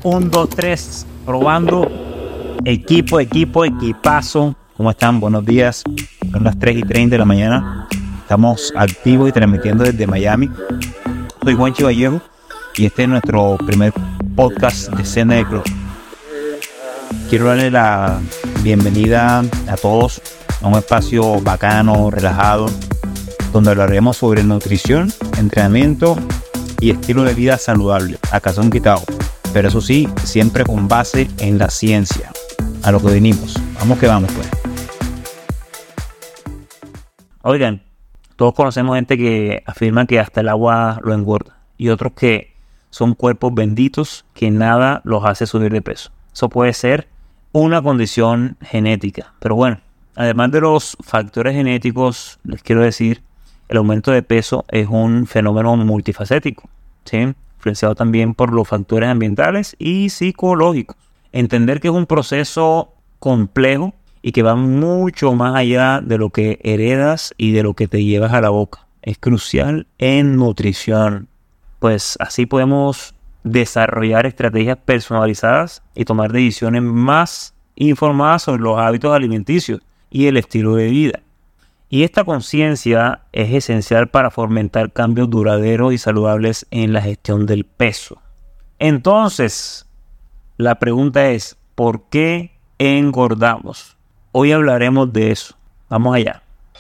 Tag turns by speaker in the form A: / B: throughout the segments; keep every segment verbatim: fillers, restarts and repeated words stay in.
A: Un, dos, tres, probando. Equipo, equipo, equipazo. ¿Cómo están? Buenos días. Son las tres y treinta de la mañana. Estamos activos y transmitiendo desde Miami. Soy Juanchi Vallejo y este es nuestro primer podcast de Cena de Club. Quiero darle la bienvenida a todos a un espacio bacano, relajado, donde hablaremos sobre nutrición, entrenamiento y estilo de vida saludable, a calzón quitado, pero eso sí, siempre con base en la ciencia. A lo que venimos, vamos que vamos pues. Oigan, todos conocemos gente que afirma que hasta el agua lo engorda y otros que son cuerpos benditos que nada los hace subir de peso. Eso puede ser una condición genética, pero bueno, además de los factores genéticos, les quiero decir, el aumento de peso es un fenómeno multifacético, ¿sí? Influenciado también por los factores ambientales y psicológicos. Entender que es un proceso complejo y que va mucho más allá de lo que heredas y de lo que te llevas a la boca. Es crucial en nutrición, pues así podemos desarrollar estrategias personalizadas y tomar decisiones más informadas sobre los hábitos alimenticios y el estilo de vida. Y esta conciencia es esencial para fomentar cambios duraderos y saludables en la gestión del peso. Entonces, la pregunta es, ¿por qué engordamos? Hoy hablaremos de eso. Vamos allá.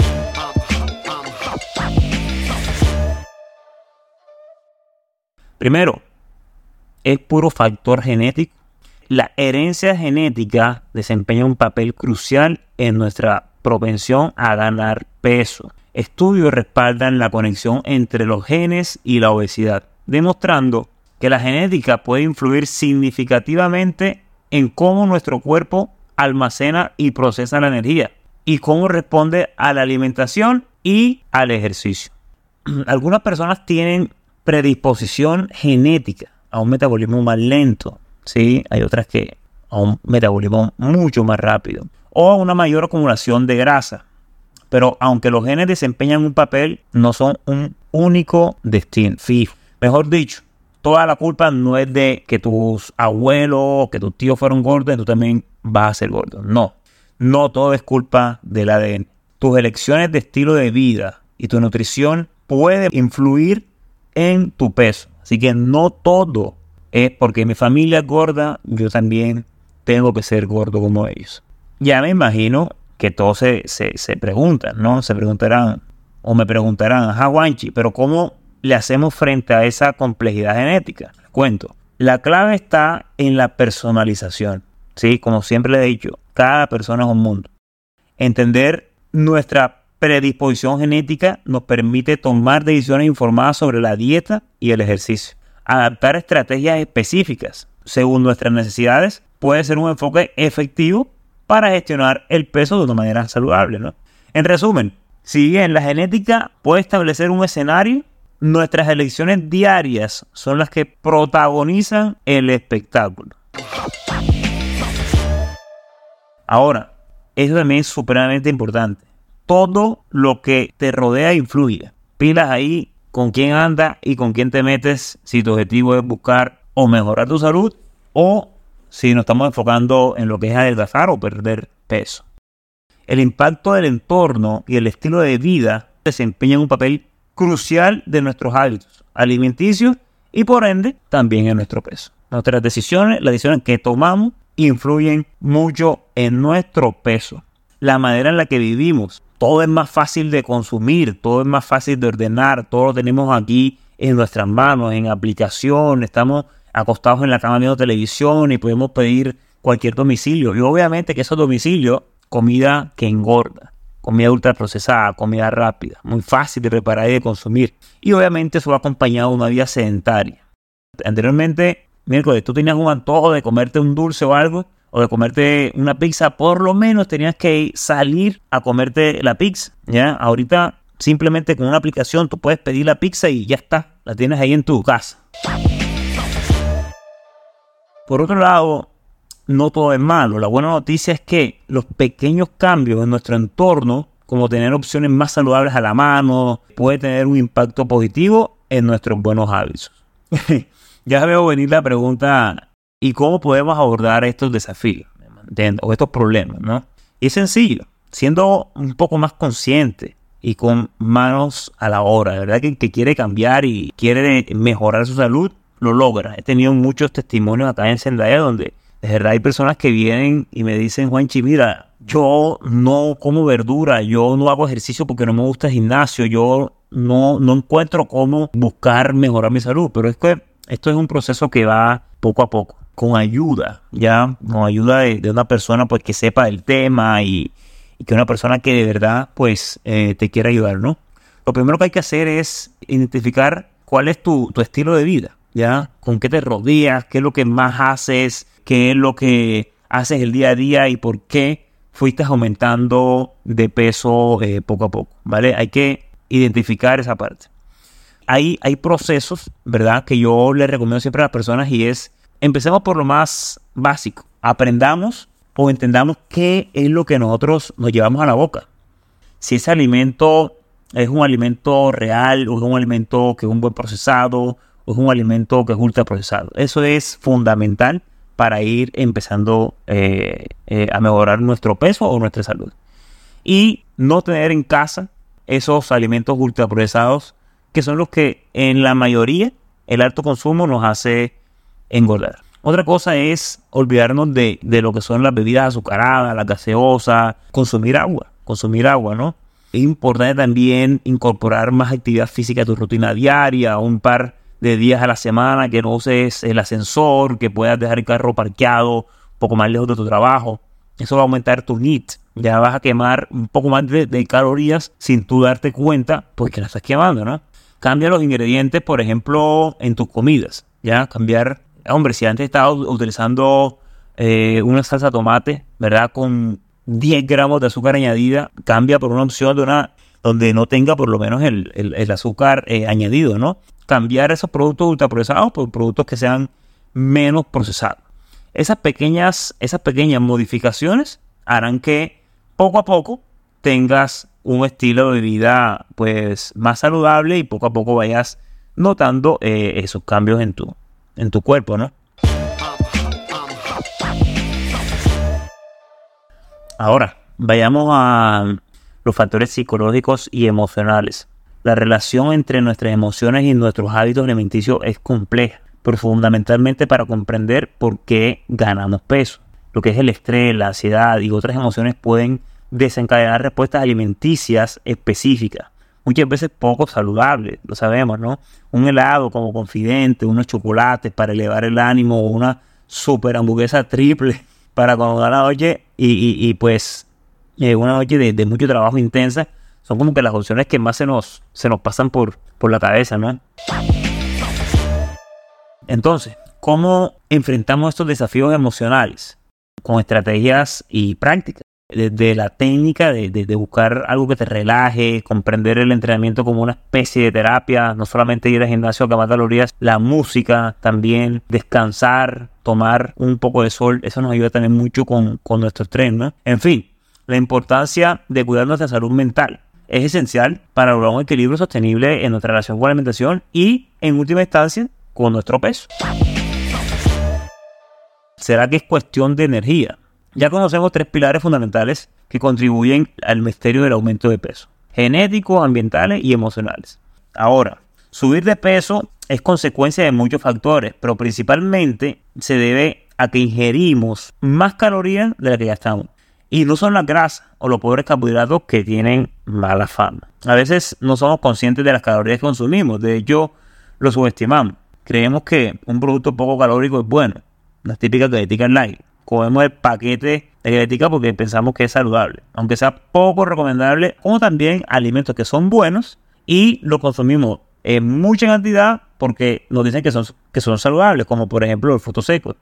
A: Primero, es puro factor genético. La herencia genética desempeña un papel crucial en nuestra propensión a ganar peso. Estudios respaldan la conexión entre los genes y la obesidad, demostrando que la genética puede influir significativamente en cómo nuestro cuerpo almacena y procesa la energía y cómo responde a la alimentación y al ejercicio. Algunas personas tienen predisposición genética a un metabolismo más lento, ¿sí? Hay otras que a un metabolismo mucho más rápido o a una mayor acumulación de grasa. Pero aunque los genes desempeñan un papel, no son un único destino fijo. Mejor dicho, toda la culpa no es de que tus abuelos o que tus tíos fueron gordos y tú también vas a ser gordo. No, no todo es culpa del A D N. Tus elecciones de estilo de vida y tu nutrición pueden influir en tu peso. Así que no todo es porque mi familia es gorda, yo también tengo que ser gordo como ellos. Ya me imagino que todos se, se, se preguntan, ¿no? Se preguntarán o me preguntarán, ajá, Juanchi, pero ¿cómo le hacemos frente a esa complejidad genética? Les cuento. La clave está en la personalización, ¿sí? Como siempre le he dicho, cada persona es un mundo. Entender nuestra predisposición genética nos permite tomar decisiones informadas sobre la dieta y el ejercicio. Adaptar estrategias específicas según nuestras necesidades puede ser un enfoque efectivo para gestionar el peso de una manera saludable, ¿no? En resumen, si bien la genética puede establecer un escenario, nuestras elecciones diarias son las que protagonizan el espectáculo. Ahora, eso también es supremamente importante. Todo lo que te rodea influye. Pilas ahí con quién andas y con quién te metes si tu objetivo es buscar o mejorar tu salud o si nos estamos enfocando en lo que es adelgazar o perder peso. El impacto del entorno y el estilo de vida desempeñan un papel crucial de nuestros hábitos alimenticios y por ende también en nuestro peso. Nuestras decisiones, las decisiones que tomamos influyen mucho en nuestro peso. La manera en la que vivimos, todo es más fácil de consumir, todo es más fácil de ordenar, todo lo tenemos aquí en nuestras manos, en aplicación, estamos acostados en la cama viendo televisión y podemos pedir cualquier domicilio. Y obviamente que esos domicilios, comida que engorda, comida ultraprocesada, comida rápida, muy fácil de preparar y de consumir. Y obviamente eso va acompañado de una vida sedentaria. Anteriormente, miércoles, tú tenías un antojo de comerte un dulce o algo, o de comerte una pizza, por lo menos tenías que salir a comerte la pizza, ¿ya? Ahorita simplemente con una aplicación tú puedes pedir la pizza y ya está, la tienes ahí en tu casa. Por otro lado, no todo es malo. La buena noticia es que los pequeños cambios en nuestro entorno, como tener opciones más saludables a la mano, puede tener un impacto positivo en nuestros buenos hábitos. Ya veo venir la pregunta, ¿Y cómo podemos abordar estos desafíos, ¿entiendes? O estos problemas, ¿no? Y es sencillo, siendo un poco más consciente y con manos a la obra, ¿verdad? Que, que quiere cambiar y quiere mejorar su salud, lo logra. He tenido muchos testimonios acá en Zendaya donde de verdad hay personas que vienen y me dicen, Juanchi, mira, yo no como verdura, yo no hago ejercicio porque no me gusta el gimnasio, yo no, no encuentro cómo buscar mejorar mi salud, pero es que esto es un proceso que va poco a poco, con ayuda, ya, con ayuda de, de una persona pues que sepa el tema y, y que una persona que de verdad pues eh, te quiera ayudar, ¿no? Lo primero que hay que hacer es identificar cuál es tu, tu estilo de vida, ya, con qué te rodeas, qué es lo que más haces, qué es lo que haces el día a día y por qué fuiste aumentando de peso eh, poco a poco, ¿vale? Hay que identificar esa parte. Hay, hay procesos, ¿verdad?, que yo les recomiendo siempre a las personas y es, empecemos por lo más básico. Aprendamos o entendamos qué es lo que nosotros nos llevamos a la boca. Si ese alimento es un alimento real o es un alimento que es un buen procesado o es un alimento que es ultra procesado. Eso es fundamental para ir empezando eh, eh, a mejorar nuestro peso o nuestra salud. Y no tener en casa esos alimentos ultraprocesados que son los que en la mayoría el alto consumo nos hace engordar. Otra cosa es olvidarnos de, de lo que son las bebidas azucaradas, las gaseosas, consumir agua, consumir agua, ¿no? Es importante también incorporar más actividad física a tu rutina diaria, un par de días a la semana, que no uses el ascensor, que puedas dejar el carro parqueado un poco más lejos de tu trabajo. Eso va a aumentar tu N I T. Ya vas a quemar un poco más de, de calorías sin tú darte cuenta, porque la estás quemando, ¿no? Cambia los ingredientes, por ejemplo, en tus comidas. Ya, cambiar. Hombre, si antes estabas utilizando eh, una salsa de tomate, ¿verdad?, con diez gramos de azúcar añadida, cambia por una opción de una donde no tenga por lo menos el, el, el azúcar eh, añadido, ¿no? Cambiar esos productos ultraprocesados por productos que sean menos procesados. Esas pequeñas, esas pequeñas modificaciones harán que poco a poco tengas un estilo de vida pues más saludable y poco a poco vayas notando eh, esos cambios en tu, en tu cuerpo, ¿no? Ahora, vayamos a los factores psicológicos y emocionales. La relación entre nuestras emociones y nuestros hábitos alimenticios es compleja, pero fundamentalmente para comprender por qué ganamos peso. Lo que es el estrés, la ansiedad y otras emociones pueden desencadenar respuestas alimenticias específicas, muchas veces poco saludables, lo sabemos, ¿no? Un helado como Confidente, unos chocolates para elevar el ánimo, o una super hamburguesa triple para cuando da la noche y, y, y pues eh, una noche de, de mucho trabajo intensa, son como que las opciones que más se nos, se nos pasan por, por la cabeza, ¿no? Entonces, ¿cómo enfrentamos estos desafíos emocionales? Con estrategias y prácticas. Desde la técnica de, de, de buscar algo que te relaje, comprender el entrenamiento como una especie de terapia, no solamente ir al gimnasio a quemar calorías, la música también, descansar, tomar un poco de sol, eso nos ayuda también mucho con, con nuestro estrés, ¿no? En fin, la importancia de cuidar nuestra salud mental es esencial para lograr un equilibrio sostenible en nuestra relación con la alimentación y, en última instancia, con nuestro peso. ¿Será que es cuestión de energía? Ya conocemos tres pilares fundamentales que contribuyen al misterio del aumento de peso: genéticos, ambientales y emocionales. Ahora, subir de peso es consecuencia de muchos factores, pero principalmente se debe a que ingerimos más calorías de las que gastamos. Y no son las grasas o los pobres carbohidratos que tienen mala fama. A veces no somos conscientes de las calorías que consumimos, de hecho lo subestimamos. Creemos que un producto poco calórico es bueno, las típicas galletitas light. Comemos el paquete de galletitas porque pensamos que es saludable, aunque sea poco recomendable, como también alimentos que son buenos y los consumimos en mucha cantidad porque nos dicen que son, que son saludables, como por ejemplo el fruto seco.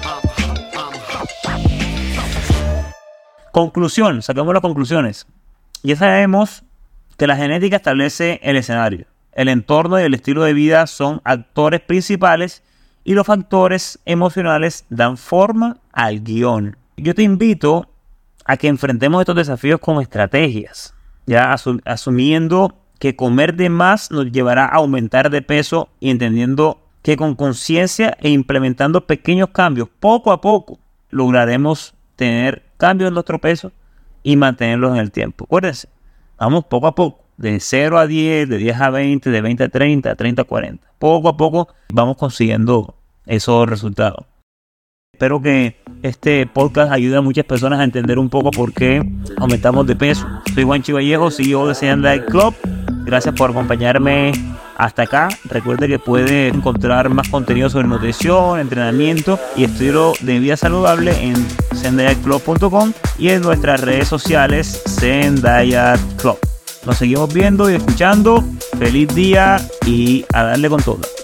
A: Conclusión, saquemos las conclusiones. Ya sabemos que la genética establece el escenario. El entorno y el estilo de vida son actores principales y los factores emocionales dan forma al guión. Yo te invito a que enfrentemos estos desafíos con estrategias, ya asum- asumiendo que comer de más nos llevará a aumentar de peso y entendiendo que con conciencia e implementando pequeños cambios, poco a poco, lograremos tener cambios en nuestro peso y mantenerlos en el tiempo. Acuérdense, vamos poco a poco, de cero a diez, de diez a veinte, de veinte a treinta, de treinta a cuarenta. Poco a poco vamos consiguiendo esos resultados. Espero que este podcast ayude a muchas personas a entender un poco por qué aumentamos de peso. Soy Juanchi Vallejo, C E O de Sand Diet Club. Gracias por acompañarme hasta acá. Recuerde que puede encontrar más contenido sobre nutrición, entrenamiento y estilo de vida saludable en sand diet club punto com y en nuestras redes sociales Sand Diet Club. Nos seguimos viendo y escuchando. Feliz día y a darle con todo.